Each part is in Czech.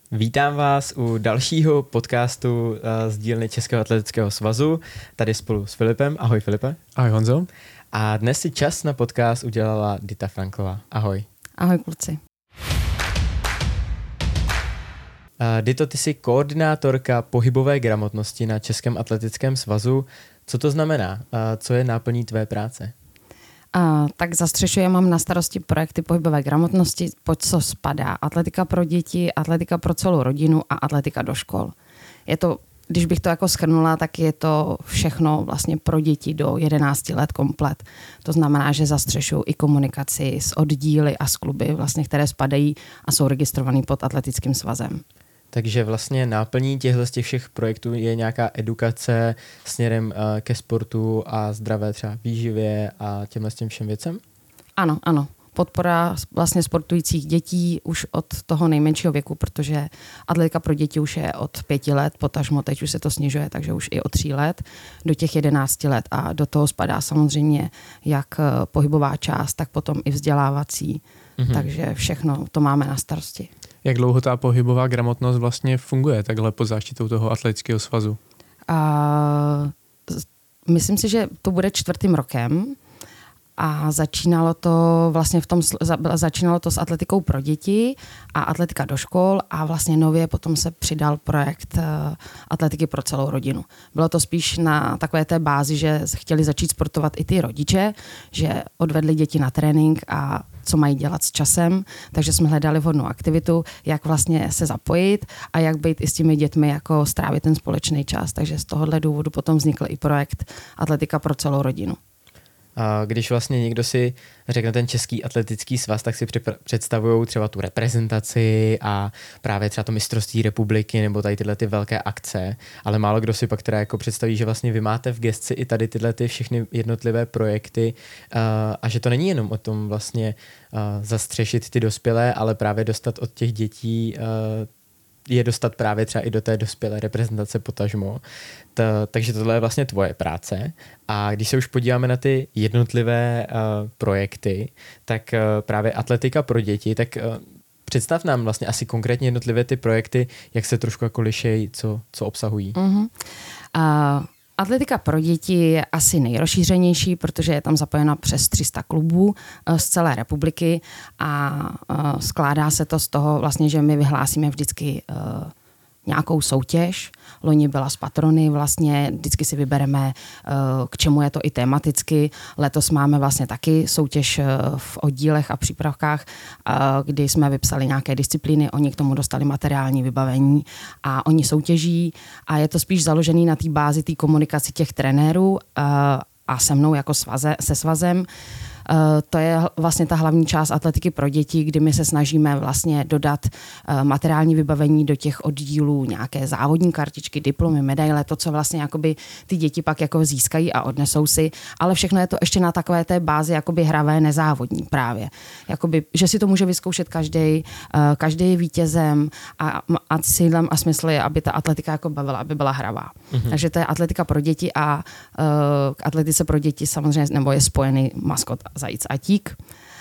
Vítám vás u dalšího podcastu z dílny Českého atletického svazu, tady spolu s Filipem. Ahoj Filipe. Ahoj Honzo. A dnes si čas na podcast udělala Dita Franklová. Ahoj. Ahoj kluci. Dito, ty jsi koordinátorka pohybové gramotnosti na Českém atletickém svazu. Co to znamená? Co je náplní tvé práce? Tak zastřešuji, mám na starosti projekty pohybové gramotnosti, pod co spadá atletika pro děti, atletika pro celou rodinu a atletika do škol. Je to, když bych to jako shrnula, tak je to všechno vlastně pro děti do 11 let komplet. To znamená, že zastřešuji i komunikaci s oddíly a s kluby, vlastně, které spadají a jsou registrovaný pod atletickým svazem. Takže vlastně náplní těch všech projektů je nějaká edukace směrem ke sportu a zdravé třeba výživě a těmhle s těm všem věcem? Ano. Podpora vlastně sportujících dětí už od toho nejmenšího věku, protože atletika pro děti už je od 5 let, potažmo teď už se to snižuje, takže už i od 3 let do těch 11 let a do toho spadá samozřejmě jak pohybová část, tak potom i vzdělávací. Takže všechno to máme na starosti. Jak dlouho ta pohybová gramotnost vlastně funguje takhle pod záštitou toho atletického svazu? Myslím si, že to bude 4. rokem a začínalo to s atletikou pro děti a atletika do škol a vlastně nově potom se přidal projekt atletiky pro celou rodinu. Bylo to spíš na takové té bázi, že chtěli začít sportovat i ty rodiče, že odvedli děti na trénink a co mají dělat s časem, takže jsme hledali vhodnou aktivitu, jak vlastně se zapojit a jak být i s těmi dětmi, jako strávit ten společný čas. Takže z tohohle důvodu potom vznikl i projekt Atletika pro celou rodinu. A když vlastně někdo si řekne ten Český atletický svaz, tak si představují třeba tu reprezentaci a právě třeba to mistrovství republiky nebo tady tyhle ty velké akce, ale málo kdo si pak teda jako představí, že vlastně vy máte v gesci i tady tyhle ty všechny jednotlivé projekty a že to není jenom o tom vlastně zastřešit ty dospělé, ale právě dostat od těch dětí je dostat právě třeba i do té dospělé reprezentace potažmo. Takže tohle je vlastně tvoje práce. A když se už podíváme na ty jednotlivé projekty, tak právě atletika pro děti, tak představ nám vlastně asi konkrétně jednotlivé ty projekty, jak se trošku jako lišejí, co obsahují. Atletika pro děti je asi nejrozšířenější, protože je tam zapojena přes 300 klubů z celé republiky a skládá se to z toho vlastně, že my vyhlásíme vždycky nějakou soutěž. Loni byla s patrony, vlastně vždycky si vybereme, k čemu je to i tematicky. Letos máme vlastně taky soutěž v oddílech a přípravkách, kdy jsme vypsali nějaké disciplíny, oni k tomu dostali materiální vybavení a oni soutěží a je to spíš založený na té bázi, té komunikaci těch trenérů a se mnou jako se svazem. To je vlastně ta hlavní část atletiky pro děti, kdy my se snažíme vlastně dodat materiální vybavení do těch oddílů, nějaké závodní kartičky, diplomy, medaile, to, co vlastně jakoby ty děti pak jako získají a odnesou si, ale všechno je to ještě na takové té bázi jakoby hravé, nezávodní právě. Jakoby, že si to může vyzkoušet každý je vítězem a cílem a smysl je, aby ta atletika jako bavila, aby byla hravá. Takže to je atletika pro děti a k atletice pro děti samozřejmě nebo je spojený maskot Zajíc a Tík,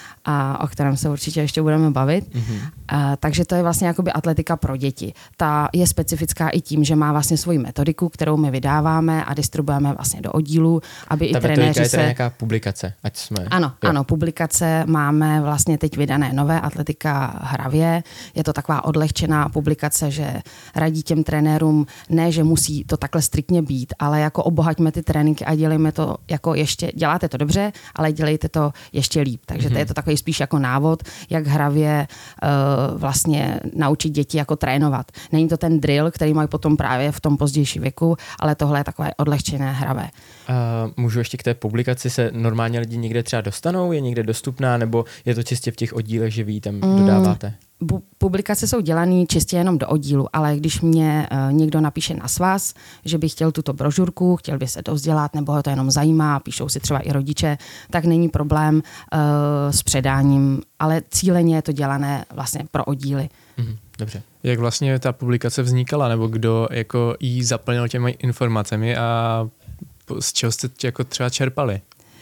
o kterém se určitě ještě budeme bavit. Takže to je vlastně jakoby atletika pro děti. Ta je specifická i tím, že má vlastně svoji metodiku, kterou my vydáváme a distribuujeme vlastně do oddílů, aby ta i trenéři je nějaká publikace, ať jsme... Ano, publikace máme vlastně teď vydané nové atletika hravě. Je to taková odlehčená publikace, že radí těm trenérům, ne, že musí to takhle striktně být, ale jako obohaťme ty tréninky a dělejme to jako ještě, děláte to dobře, ale dělejte to ještě líp. Takže to je to takový spíš jako návod, jak hravě vlastně naučit děti jako trénovat. Není to ten drill, který mají potom právě v tom pozdějším věku, ale tohle je takové odlehčené hravé. Můžu ještě k té publikaci, se normálně lidi někde třeba dostanou, je někde dostupná, nebo je to čistě v těch oddílech, že vy ji tam dodáváte? Publikace jsou dělané čistě jenom do oddílu, ale když mě někdo napíše na svaz, že by chtěl tuto brožurku, chtěl by se dovzdělat, nebo ho to jenom zajímá, píšou si třeba i rodiče, tak není problém s předáním, ale cíleně je to dělané vlastně pro oddíly. Dobře. Jak vlastně ta publikace vznikala, nebo kdo jako jí zaplnil těmi informacemi a z čeho jste jako třeba čerpali?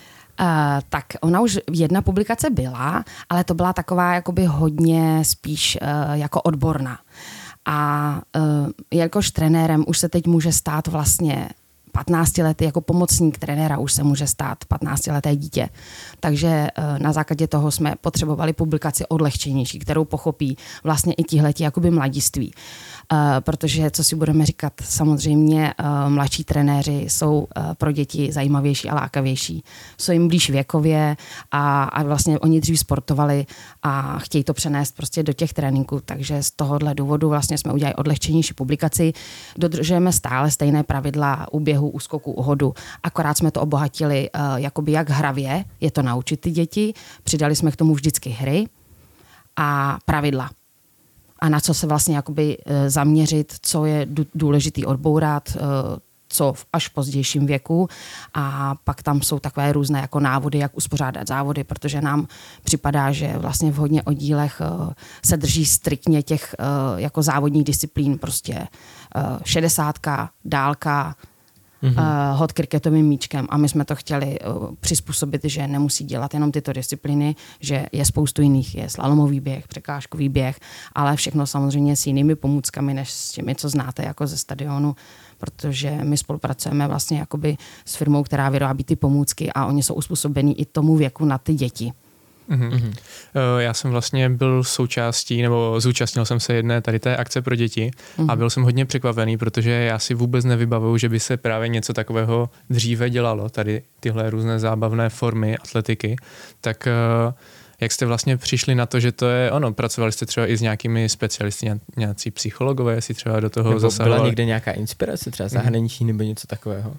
Tak ona už jedna publikace byla, ale to byla taková jakoby hodně spíš jako odborná. A jakož trenérem už se teď může stát vlastně 15 lety, jako pomocník trenéra už se může stát 15leté dítě. Takže na základě toho jsme potřebovali publikaci odlehčenější, kterou pochopí vlastně i tihleti jakoby mladiství. Protože, co si budeme říkat, samozřejmě mladší trenéři jsou pro děti zajímavější a lákavější. Jsou jim blíž věkově a vlastně oni dřív sportovali a chtějí to přenést prostě do těch tréninků. Takže z tohohle důvodu vlastně jsme udělali odlehčenější publikaci. Dodržujeme stále stejné pravidla u běhu, u skoku, u hodu. Akorát jsme to obohatili jakoby jak hravě, je to naučit ty děti. Přidali jsme k tomu vždycky hry a pravidla. A na co se vlastně jakoby zaměřit, co je důležitý odbourat, co až v pozdějším věku. A pak tam jsou takové různé jako návody, jak uspořádat závody, protože nám připadá, že vlastně v hodně oddílech se drží striktně těch jako závodních disciplín, prostě 60, dálka, hod kriketovým míčkem a my jsme to chtěli přizpůsobit, že nemusí dělat jenom tyto disciplíny, že je spoustu jiných, je slalomový běh, překážkový běh, ale všechno samozřejmě s jinými pomůckami, než s těmi, co znáte jako ze stadionu, protože my spolupracujeme vlastně jakoby s firmou, která vyrábí ty pomůcky a oni jsou uspůsobení i tomu věku na ty děti. Mm-hmm. Já jsem vlastně byl součástí, nebo zúčastnil jsem se jedné tady té akce pro děti a byl jsem hodně překvapený, protože já si vůbec nevybavuju, že by se právě něco takového dříve dělalo, tady tyhle různé zábavné formy atletiky. Tak jak jste vlastně přišli na to, že to je ono? Pracovali jste třeba i s nějakými specialisty, nějací psychologové, jestli třeba do toho zasahovali? Nebo byla někde nějaká inspirace, třeba zahraniční nebo něco takového?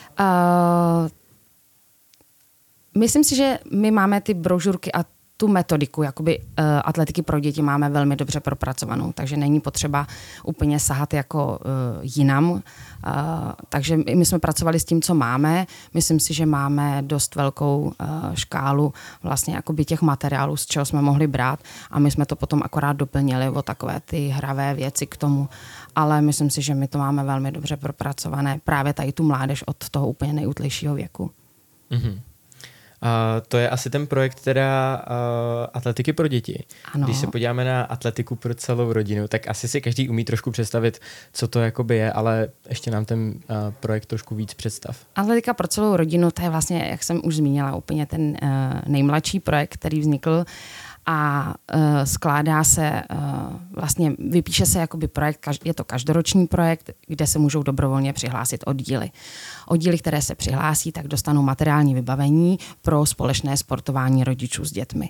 Myslím si, že my máme ty brožurky a tu metodiku jakoby atletiky pro děti máme velmi dobře propracovanou, takže není potřeba úplně sahat jako jinam. Takže my jsme pracovali s tím, co máme. Myslím si, že máme dost velkou škálu vlastně jakoby těch materiálů, z čeho jsme mohli brát a my jsme to potom akorát doplnili o takové ty hravé věci k tomu. Ale myslím si, že my to máme velmi dobře propracované právě tady tu mládež od toho úplně nejútlejšího věku. Mm-hmm. To je asi ten projekt teda atletiky pro děti. Ano. Když se podíváme na atletiku pro celou rodinu, tak asi si každý umí trošku představit, co to jakoby je, ale ještě nám ten projekt trošku víc představ. Atletika pro celou rodinu, to je vlastně, jak jsem už zmínila, úplně ten nejmladší projekt, který vznikl a skládá se, vlastně vypíše se jakoby projekt, je to každoroční projekt, kde se můžou dobrovolně přihlásit oddíly. Oddíly, které se přihlásí, tak dostanou materiální vybavení pro společné sportování rodičů s dětmi.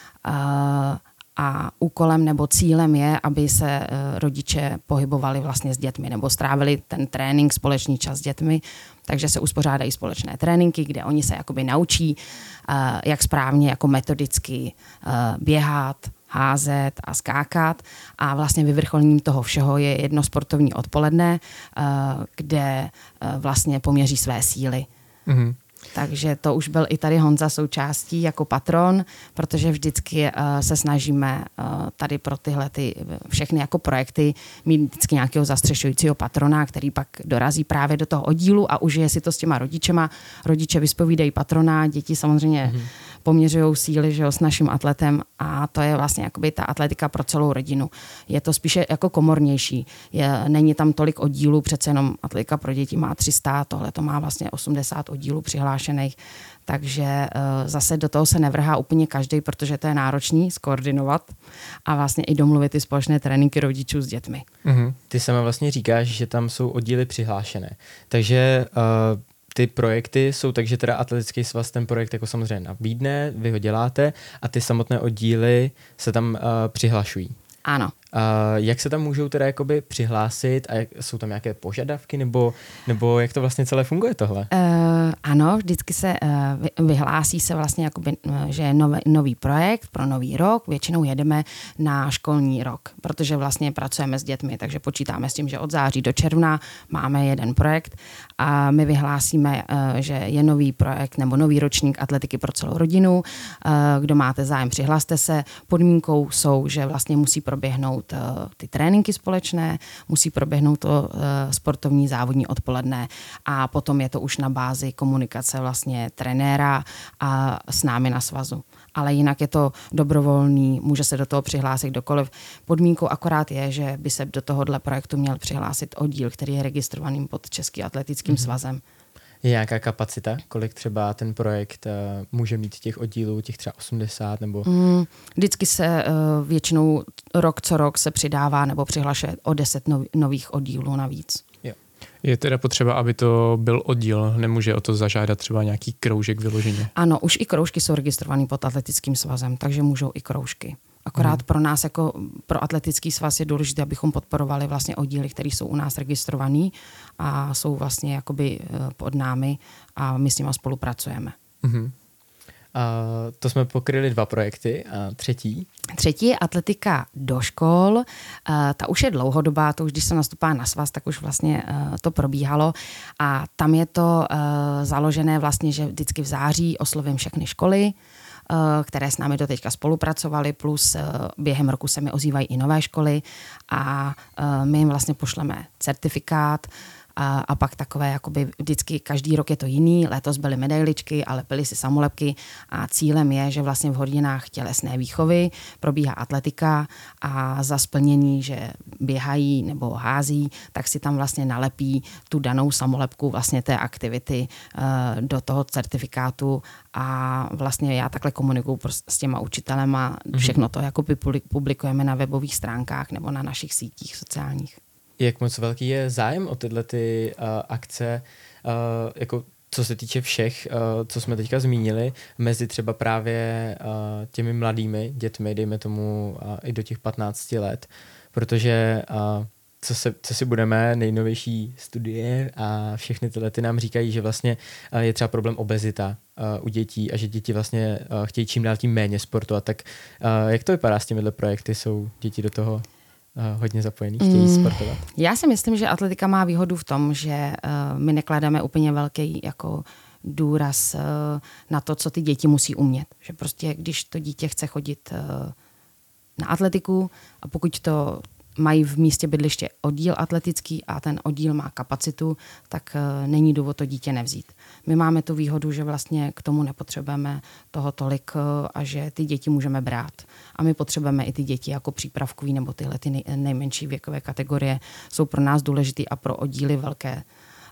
A úkolem nebo cílem je, aby se rodiče pohybovali vlastně s dětmi nebo strávili ten trénink, společný čas s dětmi. Takže se uspořádají společné tréninky, kde oni se jakoby naučí, jak správně jako metodicky běhat, házet a skákat. A vlastně vyvrcholením toho všeho je jedno sportovní odpoledne, kde vlastně poměří své síly. Mm-hmm. Takže to už byl i tady Honza součástí jako patron, protože vždycky se snažíme tady pro tyhle všechny jako projekty mít vždycky nějakého zastřešujícího patrona, který pak dorazí právě do toho oddílu a užije si to s těma rodičema. Rodiče vyspovídají patrona, děti samozřejmě poměřují síly, že jo, s naším atletem a to je vlastně jakoby ta atletika pro celou rodinu. Je to spíše jako komornější. Není tam tolik oddílů, přece jenom atletika pro děti má 300, tohle to má vlastně 80 oddílů přihlášených, takže zase do toho se nevrhá úplně každý, protože to je náročný skoordinovat a vlastně i domluvit ty společné tréninky rodičů s dětmi. Mm-hmm. Ty sama vlastně říkáš, že tam jsou oddíly přihlášené, takže ty projekty jsou tak, že teda Atletický svaz ten projekt jako samozřejmě nabídne, vy ho děláte a ty samotné oddíly se tam přihlašují. Ano. Jak se tam můžou teda jakoby přihlásit a jsou tam nějaké požadavky nebo jak to vlastně celé funguje tohle? Ano, vždycky se vyhlásí se vlastně jakoby, že je nový projekt pro nový rok, většinou jedeme na školní rok, protože vlastně pracujeme s dětmi, takže počítáme s tím, že od září do června máme jeden projekt a my vyhlásíme, že je nový projekt nebo nový ročník atletiky pro celou rodinu. Kdo máte zájem, přihlaste se. Podmínkou jsou, že vlastně musí proběhnout ty tréninky společné, musí proběhnout to sportovní závodní odpoledne a potom je to už na bázi komunikace vlastně trenéra a s námi na svazu. ale jinak je to dobrovolný, může se do toho přihlásit kdokoliv. Podmínkou akorát je, že by se do tohohle projektu měl přihlásit oddíl, který je registrovaný pod Českým atletickým svazem. Je nějaká kapacita, kolik třeba ten projekt může mít těch oddílů, těch třeba 80 nebo? Vždycky se většinou rok co rok se přidává nebo přihlašuje o 10 nových oddílů navíc. Jo. Je teda potřeba, aby to byl oddíl, nemůže o to zažádat třeba nějaký kroužek vyloženě? Ano, už i kroužky jsou registrovaný pod atletickým svazem, takže můžou i kroužky. Akorát pro nás, jako pro atletický svaz, je důležité, abychom podporovali vlastně oddíly, které jsou u nás registrovaný a jsou vlastně jakoby pod námi a my s nimi spolupracujeme. To jsme pokryli 2 projekty a třetí? Třetí je atletika do škol. Ta už je dlouhodobá, to už když jsem nastoupila na svaz, tak už vlastně to probíhalo a tam je to založené vlastně, že vždycky v září oslovím všechny školy, které s námi doteďka spolupracovaly, plus během roku se mi ozývají i nové školy a my jim vlastně pošleme certifikát a pak takové, jakoby vždycky každý rok je to jiný, letos byly medailičky, ale byly si samolepky a cílem je, že vlastně v hodinách tělesné výchovy probíhá atletika a za splnění, že běhají nebo hází, tak si tam vlastně nalepí tu danou samolepku vlastně té aktivity do toho certifikátu a vlastně já takhle komunikuju s těma učitelema, všechno to jako publikujeme na webových stránkách nebo na našich sítích sociálních. Jak moc velký je zájem o tyhle ty akce, jako co se týče všech, co jsme teďka zmínili, mezi třeba právě těmi mladými dětmi, dejme tomu i do těch 15 let, protože co si budeme, nejnovější studie a všechny tyhle ty nám říkají, že vlastně je třeba problém obezita u dětí a že děti vlastně chtějí čím dál tím méně sportovat. Tak jak to vypadá s těmihle projekty? Jsou děti do toho hodně zapojený, chtějí sportovat? Já si myslím, že atletika má výhodu v tom, že my nekládáme úplně velký jako důraz na to, co ty děti musí umět. Že prostě, když to dítě chce chodit na atletiku a pokud to mají v místě bydliště oddíl atletický a ten oddíl má kapacitu, tak není důvod to dítě nevzít. My máme tu výhodu, že vlastně k tomu nepotřebujeme toho tolik a že ty děti můžeme brát. A my potřebujeme i ty děti jako přípravkový nebo tyhle ty nejmenší věkové kategorie jsou pro nás důležitý a pro oddíly velké.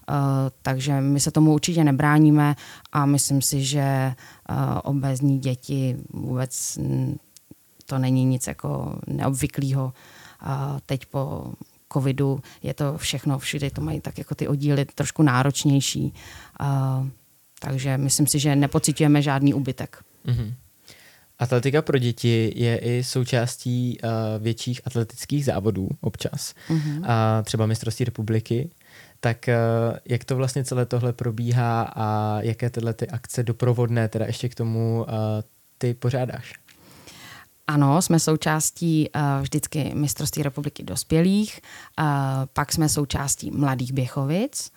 Takže my se tomu určitě nebráníme a myslím si, že obézní děti vůbec to není nic jako neobvyklého. Teď po covidu je to všechno, všude to mají tak jako ty oddíly trošku náročnější. Takže myslím si, že nepociťujeme žádný úbytek. Mm-hmm. Atletika pro děti je i součástí větších atletických závodů občas. Mm-hmm. Třeba mistrovství republiky. Tak jak to vlastně celé tohle probíhá a jaké tyhle ty akce doprovodné teda ještě k tomu ty pořádáš? Ano, jsme součástí vždycky mistrovství republiky dospělých, pak jsme součástí Mladých Běchovic,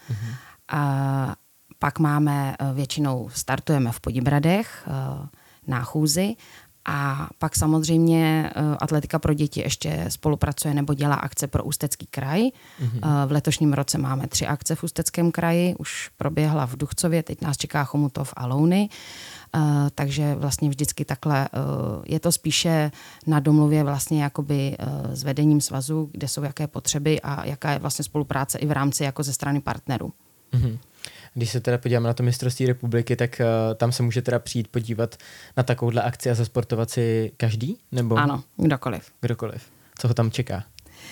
pak máme většinou, startujeme v Podibradech na chůzi a pak samozřejmě atletika pro děti ještě spolupracuje nebo dělá akce pro Ústecký kraj. V letošním roce máme 3 akce v Ústeckém kraji, už proběhla v Duchcově, teď nás čeká Chomutov a Louny. Takže vlastně vždycky takhle je to spíše na domluvě vlastně jakoby s vedením svazu, kde jsou jaké potřeby a jaká je vlastně spolupráce i v rámci jako ze strany partnerů. Mm-hmm. Když se teda podíváme na to mistrovství republiky, tak tam se může teda přijít podívat na takovouhle akci a zasportovat si každý? Nebo? Ano, kdokoliv. Kdokoliv. Co ho tam čeká?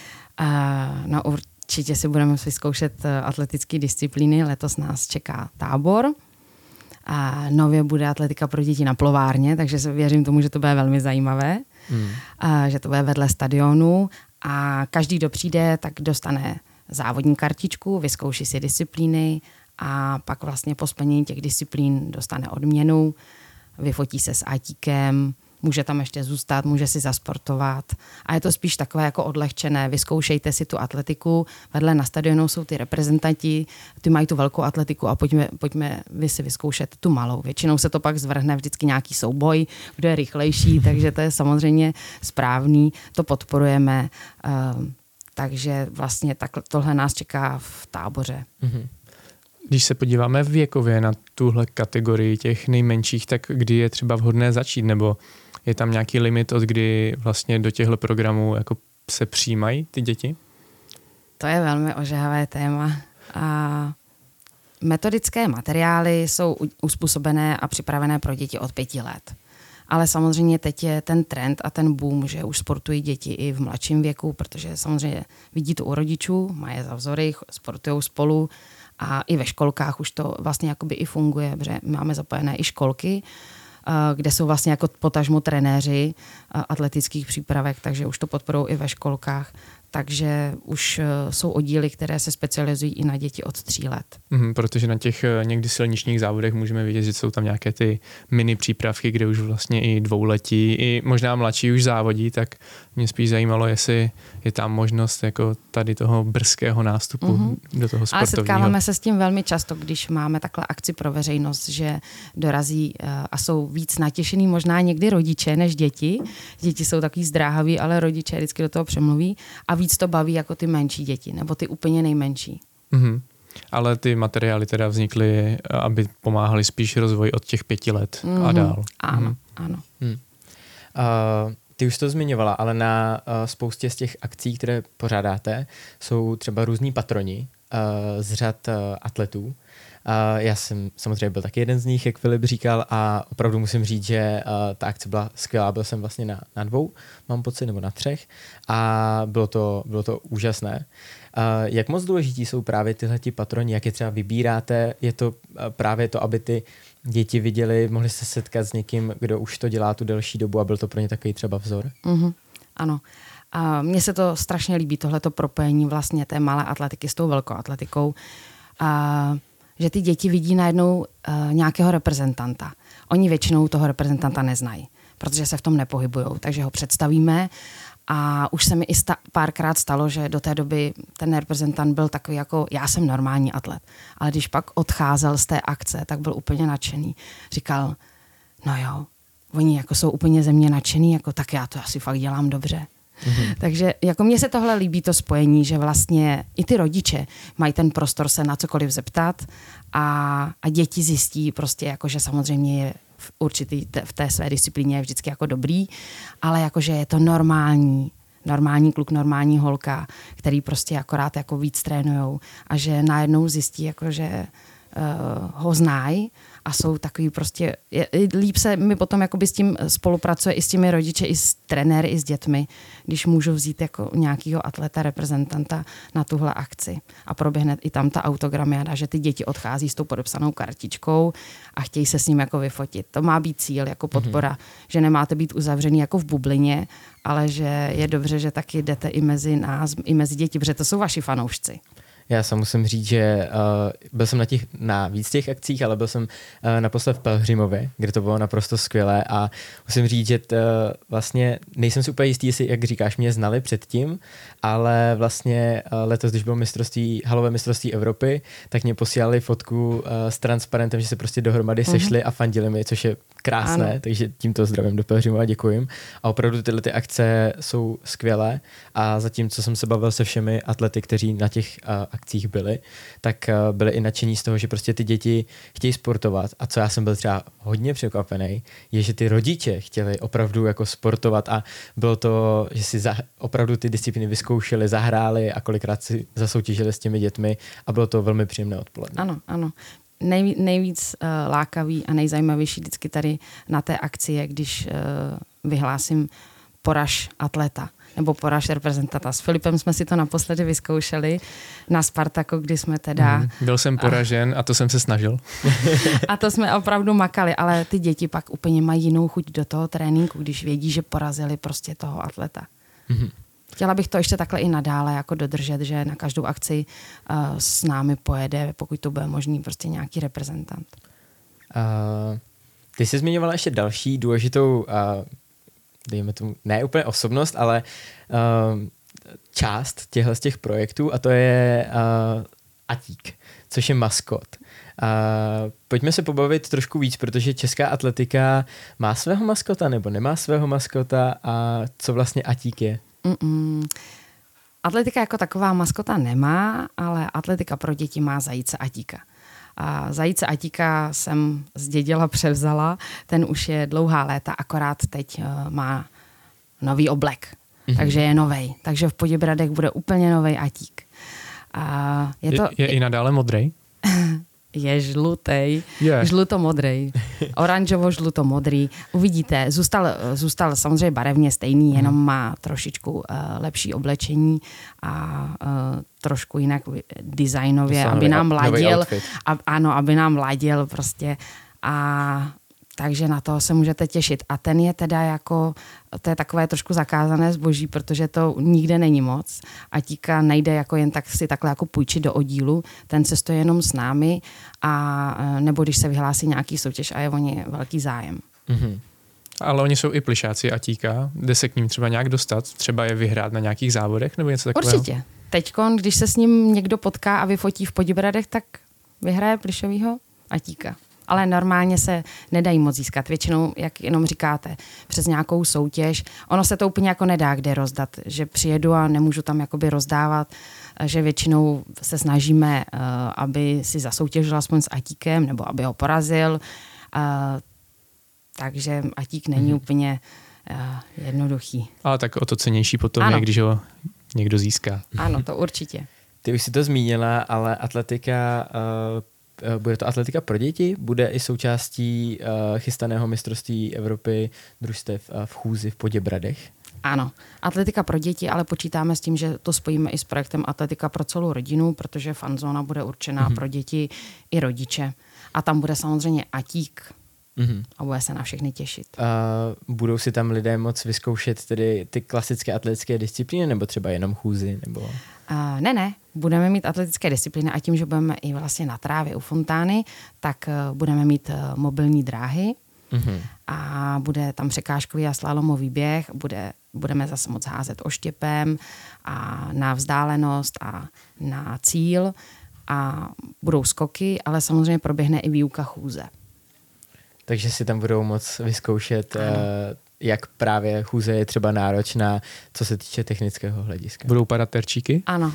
No určitě si budeme vyzkoušet atletické disciplíny. Letos nás čeká tábor. A nově bude atletika pro děti na plovárně, takže věřím tomu, že to bude velmi zajímavé, že to bude vedle stadionu a každý, kdo přijde, tak dostane závodní kartičku, vyzkouší si disciplíny a pak vlastně po splnění těch disciplín dostane odměnu, vyfotí se s átíkem, může tam ještě zůstat, může si zasportovat a je to spíš takové jako odlehčené, vyzkoušejte si tu atletiku, vedle na stadionu jsou ty reprezentanti, ty mají tu velkou atletiku a pojďme vy si vyzkoušet tu malou. Většinou se to pak zvrhne vždycky nějaký souboj, kdo je rychlejší, takže to je samozřejmě správný, to podporujeme, takže vlastně tohle nás čeká v táboře. Mm-hmm. Když se podíváme věkově na tuhle kategorii těch nejmenších, tak kdy je třeba vhodné začít, nebo je tam nějaký limit, od kdy vlastně do těchto programů jako se přijímají ty děti? To je velmi ožehavé téma. A metodické materiály jsou uspůsobené a připravené pro děti od 5 let. Ale samozřejmě teď je ten trend a ten boom, že už sportují děti i v mladším věku, protože samozřejmě vidí to u rodičů, mají je za vzory, sportují spolu a i ve školkách už to vlastně jakoby i funguje, protože máme zapojené i školky, kde jsou vlastně jako potažmo trenéři atletických přípravek, takže už to podporují i ve školkách. Takže už jsou oddíly, které se specializují i na děti od 3 let. Protože na těch někdy silničních závodech můžeme vidět, že jsou tam nějaké ty mini přípravky, kde už vlastně i 2letí, i možná mladší už závodí, tak mě spíš zajímalo, jestli je tam možnost jako tady toho brzkého nástupu do toho sportovního. Ale setkáváme se s tím velmi často, když máme takhle akci pro veřejnost, že dorazí a jsou víc natěšený možná někdy rodiče než děti. Děti jsou takový zdráhaví, ale rodiče vždycky do toho přemluví a víc to baví jako ty menší děti, nebo ty úplně nejmenší. Ale ty materiály teda vznikly, aby pomáhali spíš rozvoj od těch 5 let a dál. Ano. Ty už to zmiňovala, ale na spoustě z těch akcí, které pořádáte, jsou třeba různí patroni z řad atletů. Já jsem samozřejmě byl taky jeden z nich, jak Filip říkal, a opravdu musím říct, že ta akce byla skvělá. Byl jsem vlastně na 2, mám pocit, nebo na 3 a bylo to úžasné. Jak moc důležití jsou právě tyhleti patroni, jak je třeba vybíráte? Je to právě to, aby ty děti viděli, mohli se setkat s někým, kdo už to dělá tu delší dobu a byl to pro ně takový třeba vzor? Ano. A mně se to strašně líbí, tohleto propojení vlastně té malé atletiky s tou velkou atletikou. Že ty děti vidí najednou nějakého reprezentanta. Oni většinou toho reprezentanta neznají, protože se v tom nepohybují, takže ho představíme a už se mi i párkrát stalo, že do té doby ten reprezentant byl takový jako, já jsem normální atlet, ale když pak odcházel z té akce, tak byl úplně nadšený. Říkal, no jo, oni jako jsou úplně ze mě nadšený, jako tak já to asi fakt dělám dobře. Takže jako mně se tohle líbí, to spojení, že vlastně i ty rodiče mají ten prostor se na cokoliv zeptat a děti zjistí prostě jako, že samozřejmě je v té své disciplíně je vždycky jako dobrý, ale jakože je to normální kluk, normální holka, který prostě akorát jako víc trénujou a že najednou zjistí, jako, že ho znají a jsou takový prostě, líp se mi potom jakoby s tím spolupracuje i s těmi rodiče, i s trenéry, i s dětmi, když můžu vzít jako nějakého atleta, reprezentanta na tuhle akci a proběhne i tam ta autogramiáda, že ty děti odchází s tou podepsanou kartičkou a chtějí se s ním jako vyfotit. To má být cíl jako podpora, že nemáte být uzavřený jako v bublině, ale že je dobře, že taky jdete i mezi nás, i mezi děti, protože to jsou vaši fanoušci. Já se musím říct, že byl jsem na víc těch akcích, ale byl jsem naposled v Pelhřimově, kde to bylo naprosto skvělé a musím říct, že vlastně nejsem si úplně jistý, jestli, jak říkáš, mě znali předtím, ale vlastně letos, když bylo halové mistrovství Evropy, tak mě posílali fotku s transparentem, že se prostě dohromady sešli a fandili mi, což je krásné, ano. Takže tímto zdravím do Pelhřimova, děkuji. A opravdu tyhle ty akce jsou skvělé a zatímco jsem se bavil se všemi atlety, kteří na těch akcích byli, tak byli i nadšení z toho, že prostě ty děti chtějí sportovat a co já jsem byl třeba hodně překvapený, je, že ty rodiče chtěli opravdu jako sportovat a bylo to, že si opravdu ty disciplíny vyzkoušeli, zahráli a kolikrát si zasoutěžili s těmi dětmi a bylo to velmi příjemné odpoledne. Ano. Nejvíc lákavý a nejzajímavější vždycky tady na té akci je, když vyhlásím poraž atleta nebo poraž reprezentanta. S Filipem jsme si to naposledy vyzkoušeli na Spartaku, kdy jsme teda... Byl jsem poražen a to jsem se snažil. A to jsme opravdu makali, ale ty děti pak úplně mají jinou chuť do toho tréninku, když vědí, že porazili prostě toho atleta. Chtěla bych to ještě takhle i nadále jako dodržet, že na každou akci s námi pojede, pokud to bude možný, prostě nějaký reprezentant. Ty jsi zmiňovala ještě další důležitou, dejme tomu, ne úplně osobnost, ale část z těch projektů a to je Atík, což je maskot. Pojďme se pobavit trošku víc, protože česká atletika má svého maskota nebo nemá svého maskota a co vlastně Atík je? Atletika jako taková maskota nemá, ale atletika pro děti má zajíce Atíka. A zajíce Atíka jsem zdědila, převzala, ten už je dlouhá léta, akorát teď má nový oblek, takže je novej. Takže v Poděbradech bude úplně novej Atík. A je i nadále modrej? Je žlutej, žlutomodrej, oranžovo-žlutomodrý. Uvidíte, zůstal samozřejmě barevně stejný, jenom má trošičku lepší oblečení a trošku jinak designově, aby nám ladil. Ano, aby nám ladil prostě. A takže na to se můžete těšit. A ten je teda jako, to je takové trošku zakázané zboží, protože to nikde není moc. Atíka nejde jako jen tak si takhle jako půjčit do oddílu. Ten se stojí jenom s námi a nebo když se vyhlásí nějaký soutěž a je o ně velký zájem. Mm-hmm. Ale oni jsou i plišáci Atíka. Jde se k ním třeba nějak dostat? Třeba je vyhrát na nějakých závodech nebo něco takového? Určitě. Teďkon, když se s ním někdo potká a vyfotí v Poděbradech, tak vyhraje plišovýho Atíka. Ale normálně se nedají moc získat. Většinou, jak jenom říkáte, přes nějakou soutěž. Ono se to úplně jako nedá kde rozdat, že přijedu a nemůžu tam jakoby rozdávat, že většinou se snažíme, aby si zasoutěžil aspoň s Atíkem, nebo aby ho porazil. Takže Atík není úplně jednoduchý. Ale tak o to cennější potom je, když ho někdo získá. Ano, to určitě. Ty už si to zmínila, ale atletika... Bude to atletika pro děti? Bude i součástí chystaného mistrovství Evropy družstev v Chůzi v Poděbradech? Ano, atletika pro děti, ale počítáme s tím, že to spojíme i s projektem Atletika pro celou rodinu, protože fanzóna bude určená pro děti i rodiče. A tam bude samozřejmě Atík a bude se na všechny těšit. Budou si tam lidé moc vyzkoušet tedy ty klasické atletické disciplíny, nebo třeba jenom chůzy? Nebo... Ne, budeme mít atletické disciplíny a tím, že budeme i vlastně na trávě u fontány, tak budeme mít mobilní dráhy a bude tam překážkový a slalomový běh, budeme zase moc házet oštěpem a na vzdálenost a na cíl a budou skoky, ale samozřejmě proběhne i výuka chůze. Takže si tam budou moc vyzkoušet, jak právě chůze je třeba náročná, co se týče technického hlediska. Budou padat terčíky? Ano.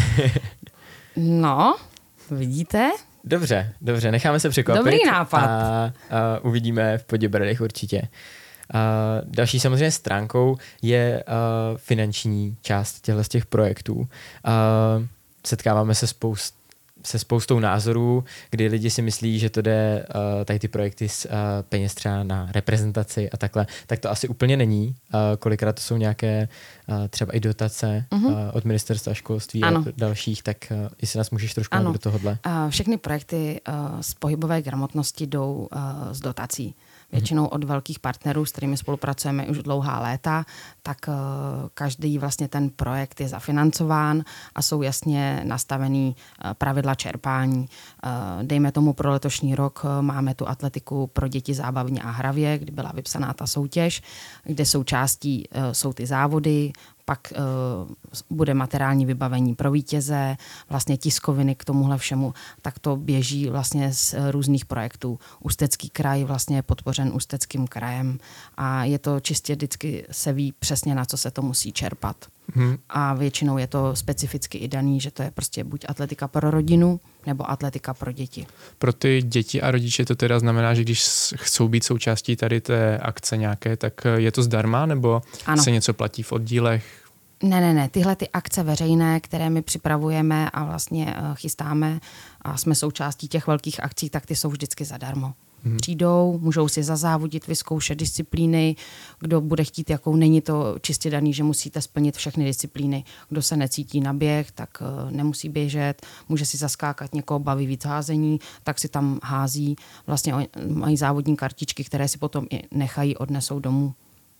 No, vidíte? Dobře, necháme se překvapit. Dobrý nápad. A uvidíme v Poděbradech určitě. Další samozřejmě stránkou je finanční část těch projektů. Setkáváme se spoustou názorů, kdy lidi si myslí, že to jde tady ty projekty z peněz třeba na reprezentaci a takhle, tak to asi úplně není. Kolikrát to jsou nějaké třeba i dotace od ministerstva školství a dalších, tak jestli nás můžeš trošku do tohohle. Všechny projekty z pohybové gramotnosti jdou z dotací. Většinou od velkých partnerů, s kterými spolupracujeme už dlouhá léta, tak každý vlastně ten projekt je zafinancován a jsou jasně nastavený pravidla čerpání. Dejme tomu pro letošní rok máme tu atletiku pro děti zábavně a hravě, kdy byla vypsaná ta soutěž, kde součástí jsou ty závody, pak bude materiální vybavení pro vítěze, vlastně tiskoviny k tomuhle všemu, tak to běží vlastně z různých projektů. Ústecký kraj vlastně je podpořen Ústeckým krajem a je to čistě vždycky se ví přesně, na co se to musí čerpat. A většinou je to specificky i daný, že to je prostě buď atletika pro rodinu, nebo atletika pro děti. Pro ty děti a rodiče to teda znamená, že když chcou být součástí tady té akce nějaké, tak je to zdarma, nebo se něco platí v oddílech? Ne. Tyhle ty akce veřejné, které my připravujeme a vlastně chystáme a jsme součástí těch velkých akcí, tak ty jsou vždycky zadarmo. Přijdou, můžou si zazávodit, vyzkoušet disciplíny, kdo bude chtít, jakou není to čistě daný, že musíte splnit všechny disciplíny. Kdo se necítí na běh, tak nemusí běžet, může si zaskákat, někoho baví víc házení, tak si tam hází. Vlastně mají závodní kartičky, které si potom i nechají, odnesou domů.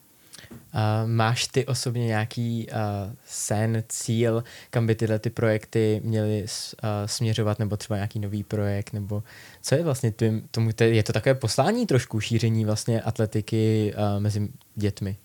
Máš ty osobně nějaký sen, cíl, kam by tyhle ty projekty měly směřovat, nebo třeba nějaký nový projekt, nebo co je vlastně je to takové poslání trošku, šíření vlastně atletiky mezi dětmi?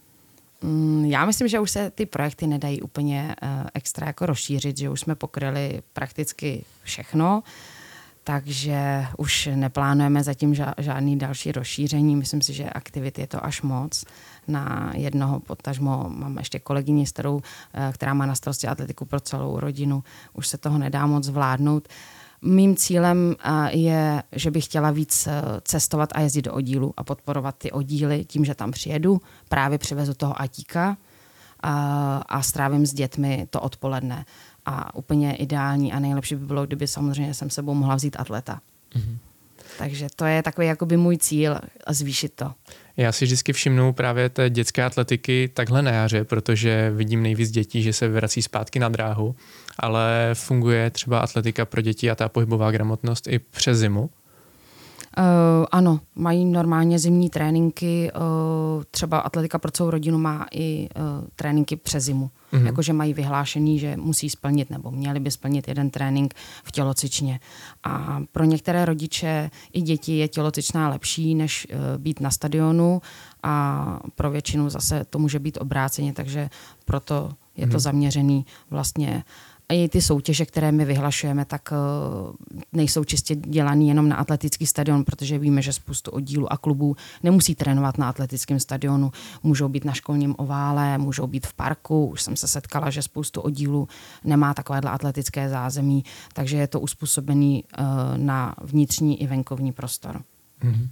Já myslím, že už se ty projekty nedají úplně extra jako rozšířit, že už jsme pokryli prakticky všechno, takže už neplánujeme zatím žádný další rozšíření. Myslím si, že aktivit je to až moc. Na jednoho potažmo mám ještě kolegyni, která má na starosti atletiku pro celou rodinu. Už se toho nedá moc zvládnout. Mým cílem je, že bych chtěla víc cestovat a jezdit do oddílu a podporovat ty oddíly tím, že tam přijedu, právě přivezu toho atíka a strávím s dětmi to odpoledne. A úplně ideální a nejlepší by bylo, kdyby samozřejmě jsem sebou mohla vzít atleta. Mm-hmm. Takže to je takový jakoby můj cíl a zvýšit to. Já si vždycky všimnu právě té dětské atletiky takhle na jaře, protože vidím nejvíc dětí, že se vrací zpátky na dráhu, ale funguje třeba atletika pro děti a ta pohybová gramotnost i přes zimu? Ano, mají normálně zimní tréninky, třeba atletika pro celou rodinu má i tréninky přes zimu. Mm-hmm. Jakože mají vyhlášený, že musí splnit nebo měli by splnit jeden trénink v tělocvičně. A pro některé rodiče i děti je tělocvičná lepší, než být na stadionu a pro většinu zase to může být obráceně, takže proto je to zaměřený vlastně. A i ty soutěže, které my vyhlašujeme, tak nejsou čistě dělaný jenom na atletický stadion, protože víme, že spoustu oddílů a klubů nemusí trénovat na atletickém stadionu. Můžou být na školním ovále, můžou být v parku. Už jsem se setkala, že spoustu oddílů nemá takovéhle atletické zázemí, takže je to uspůsobený na vnitřní i venkovní prostor. Mm-hmm.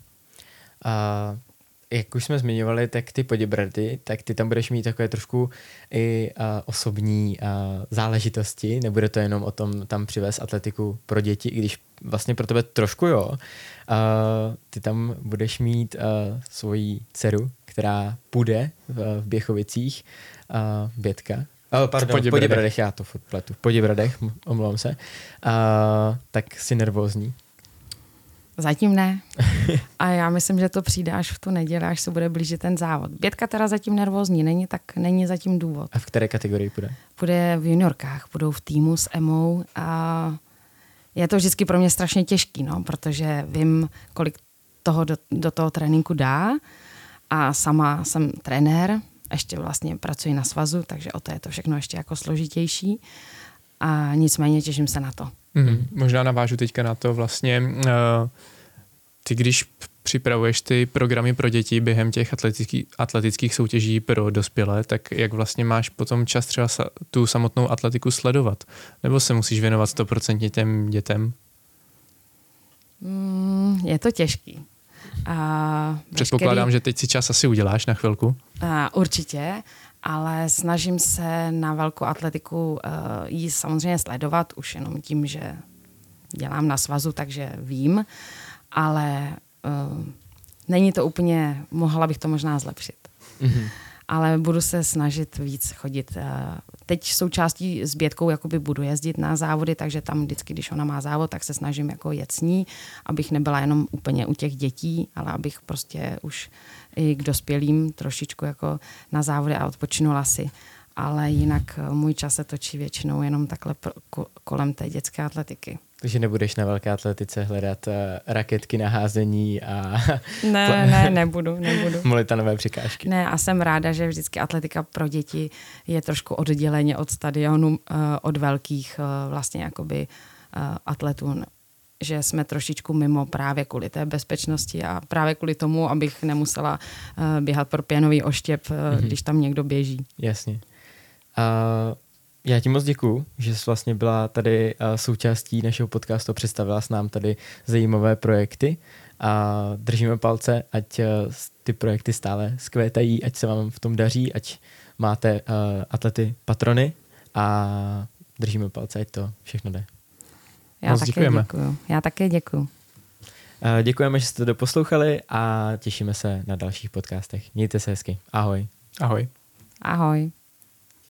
Jak už jsme zmiňovali, tak ty Poděbrady, tak ty tam budeš mít takové trošku i osobní záležitosti. Nebude to jenom o tom tam přivést atletiku pro děti, i když vlastně pro tebe trošku jo. Ty tam budeš mít svoji dceru, která půjde v Běchovicích, Bětka. Pardon, v Poděbradech, já to furt pletu. V Poděbradech, omlouvám se. Tak jsi nervózní? Zatím ne. A já myslím, že to přijde až v tu neděli, až se bude blížit ten závod. Bětka teda zatím nervózní není, tak není zatím důvod. A v které kategorii půjde? Půjde v juniorkách, budou v týmu s Emou a je to vždycky pro mě strašně těžký, no, protože vím, kolik toho do toho tréninku dá a sama jsem trenér, ještě vlastně pracuji na svazu, takže o to je to všechno ještě jako složitější a nicméně těším se na to. Možná navážu teďka na to vlastně, ty když připravuješ ty programy pro děti během těch atletických soutěží pro dospělé, tak jak vlastně máš potom čas třeba tu samotnou atletiku sledovat? Nebo se musíš věnovat 100% těm dětem? Je to těžký. Předpokládám, že teď si čas asi uděláš na chvilku. Určitě, ale snažím se na velkou atletiku jí samozřejmě sledovat, už jenom tím, že dělám na svazu, takže vím, ale není to úplně, mohla bych to možná zlepšit. Mm-hmm. Ale budu se snažit víc chodit. Teď součástí s Bětkou jakoby budu jezdit na závody, takže tam vždycky, když ona má závod, tak se snažím jako jet s ní, abych nebyla jenom úplně u těch dětí, ale abych prostě už i k dospělým trošičku jako na závody a odpočinula si. Ale jinak můj čas se točí většinou jenom takhle kolem té dětské atletiky. Takže nebudeš na velké atletice hledat raketky na házení a... Ne, nebudu. Molitanové překážky. Ne, a jsem ráda, že vždycky atletika pro děti je trošku odděleně od stadionu, od velkých vlastně jakoby atletů, že jsme trošičku mimo právě kvůli té bezpečnosti a právě kvůli tomu, abych nemusela běhat pro pěnový oštěp, když tam někdo běží. Jasně. Já ti moc děkuju, že jsi vlastně byla tady součástí našeho podcastu, představila s nám tady zajímavé projekty a držíme palce, ať ty projekty stále zkvétají, ať se vám v tom daří, ať máte atlety patrony a držíme palce, ať to všechno jde. Já také děkuju. Děkujeme, že jste to doposlouchali a těšíme se na dalších podcastech. Mějte se hezky. Ahoj. Ahoj. Ahoj.